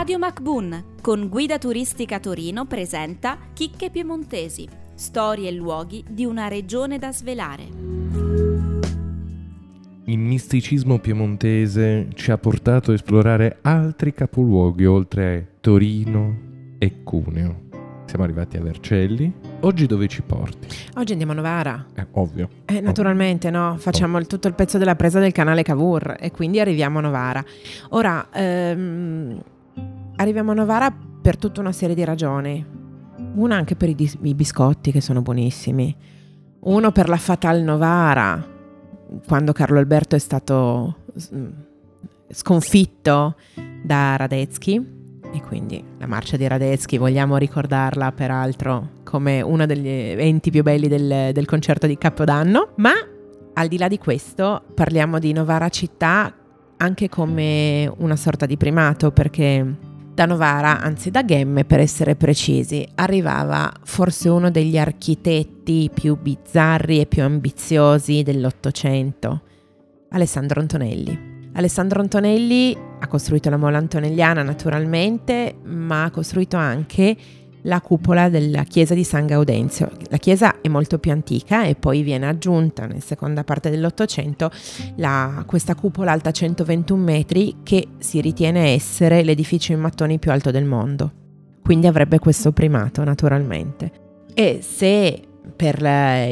Radio MacBoon con Guida Turistica Torino presenta Chicche Piemontesi, storie e luoghi di una regione da svelare. Il misticismo piemontese ci ha portato a esplorare altri capoluoghi oltre Torino e Cuneo. Siamo arrivati a Vercelli. Oggi dove ci porti? Oggi andiamo a Novara. Ovvio. Naturalmente, no? Facciamo tutto il pezzo della presa del canale Cavour e quindi arriviamo a Novara. Ora, arriviamo a Novara per tutta una serie di ragioni. Una anche per i biscotti che sono buonissimi. Uno per la Fatal Novara, quando Carlo Alberto è stato sconfitto da Radetzky. E quindi la marcia di Radetzky vogliamo ricordarla peraltro come uno degli eventi più belli del concerto di Capodanno. Ma al di là di questo parliamo di Novara città anche come una sorta di primato, perché da Novara, anzi da Ghemme per essere precisi, arrivava forse uno degli architetti più bizzarri e più ambiziosi dell'Ottocento, Alessandro Antonelli. Alessandro Antonelli ha costruito la Mola Antonelliana naturalmente, ma ha costruito anche la cupola della chiesa di San Gaudenzio. La chiesa è molto più antica e poi viene aggiunta nella seconda parte dell'Ottocento questa cupola alta 121 metri che si ritiene essere l'edificio in mattoni più alto del mondo. Quindi avrebbe questo primato naturalmente. E se per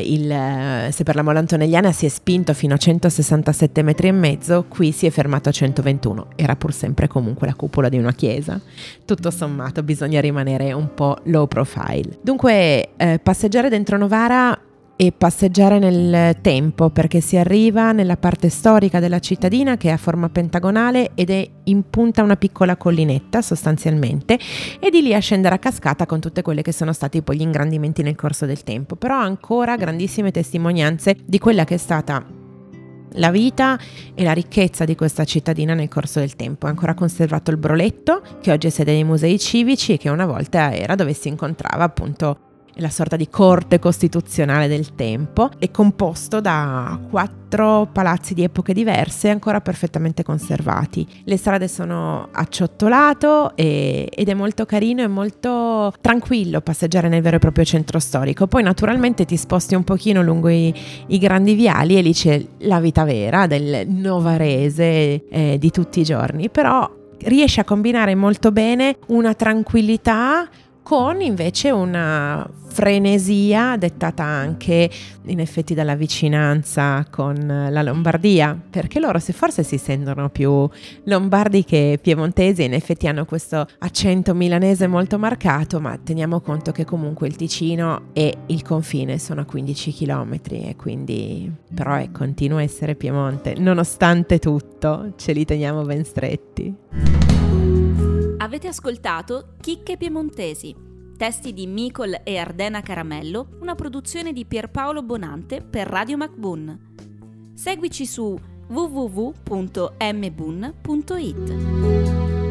la Mola Antonelliana si è spinto fino a 167 metri e mezzo, qui si è fermato a 121. Era pur sempre comunque la cupola di una chiesa. Tutto sommato bisogna rimanere un po' low profile. Dunque passeggiare dentro Novara e passeggiare nel tempo, perché si arriva nella parte storica della cittadina che ha forma pentagonale ed è in punta a una piccola collinetta sostanzialmente, e di lì a scendere a cascata con tutte quelle che sono stati poi gli ingrandimenti nel corso del tempo, però ancora grandissime testimonianze di quella che è stata la vita e la ricchezza di questa cittadina nel corso del tempo. È ancora conservato il Broletto, che oggi è sede dei musei civici e che una volta era dove si incontrava appunto la sorta di corte costituzionale del tempo. È composto da 4 palazzi di epoche diverse ancora perfettamente conservati. Le strade sono acciottolato ed è molto carino e molto tranquillo passeggiare nel vero e proprio centro storico. Poi naturalmente ti sposti un pochino lungo i grandi viali e lì c'è la vita vera del novarese di tutti i giorni, però riesce a combinare molto bene una tranquillità con invece una frenesia dettata anche in effetti dalla vicinanza con la Lombardia, perché loro forse si sentono più lombardi che piemontesi, in effetti hanno questo accento milanese molto marcato, ma teniamo conto che comunque il Ticino e il confine sono a 15 chilometri e quindi però continua a essere Piemonte, nonostante tutto ce li teniamo ben stretti. Avete ascoltato Chicche Piemontesi, testi di Micol e Ardena Caramello, una produzione di Pierpaolo Bonante per Radio MacBoon. Seguici su www.mboon.it.